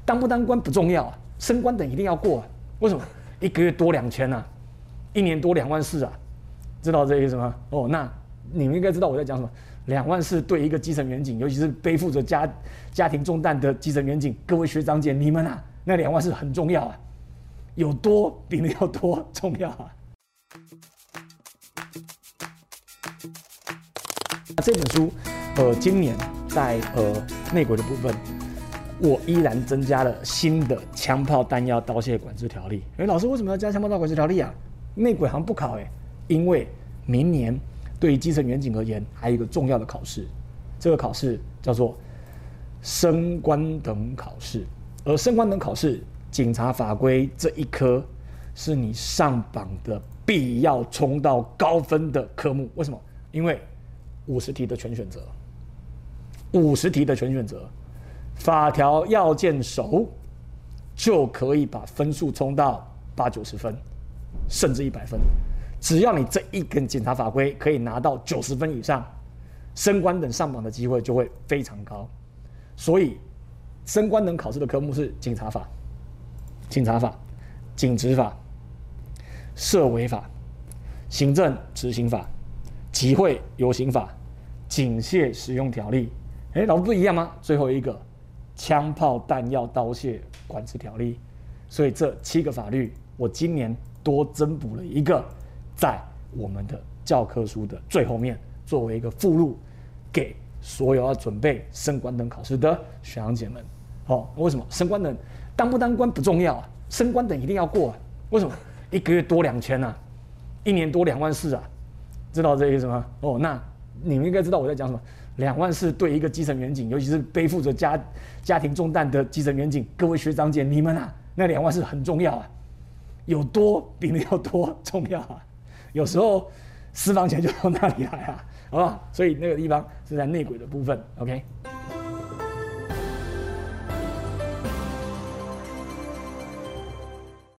当不当官不重要啊，升官等一定要过啊。为什么？一个月多2000啊，一年多24000啊，知道这意思吗？哦，那你们应该知道我在讲什么。24000对一个基层员警，尤其是背负着家庭重担的基层员警，各位学长姐，你们啊，那24000很重要啊，有多比没有多重要啊。这本书，今年在内轨的部分，我依然增加了新的枪炮弹药刀械管制条例。老师为什么要加枪炮弹药管制条例啊？内轨好像不考因为明年对于基层员警而言，还有一个重要的考试，这个考试叫做升官等考试。而升官等考试，警察法规这一科是你上榜的必要冲到高分的科目。为什么？因为50题的全选择，50题的全选择，法条要件熟，就可以把分数冲到80-90分，甚至100分。只要你这一根警察法规可以拿到90分以上，升官等上榜的机会就会非常高。所以，升官等考试的科目是警察法、警执法、社维法、行政执行法、集会游行法、警械使用条例。老师不一样吗？最后一个枪炮弹药刀械管制条例。所以这7个法律，我今年多增补了一个，在我们的教科书的最后面，作为一个附录，给所有要准备升官等考试的学长姐们。为什么升官等当不当官不重要啊？升官等一定要过啊。为什么？一个月多2000啊，一年多24000啊，知道这意思吗？哦，那你们应该知道我在讲什么。24000对一个基层员警，尤其是背负着家庭重担的基层员警，各位学长姐，你们啊，那24000很重要啊，有多比没有多重要啊。有时候私房钱就从那里来啊，好不好？所以那个地方是在内轨的部分 ，OK。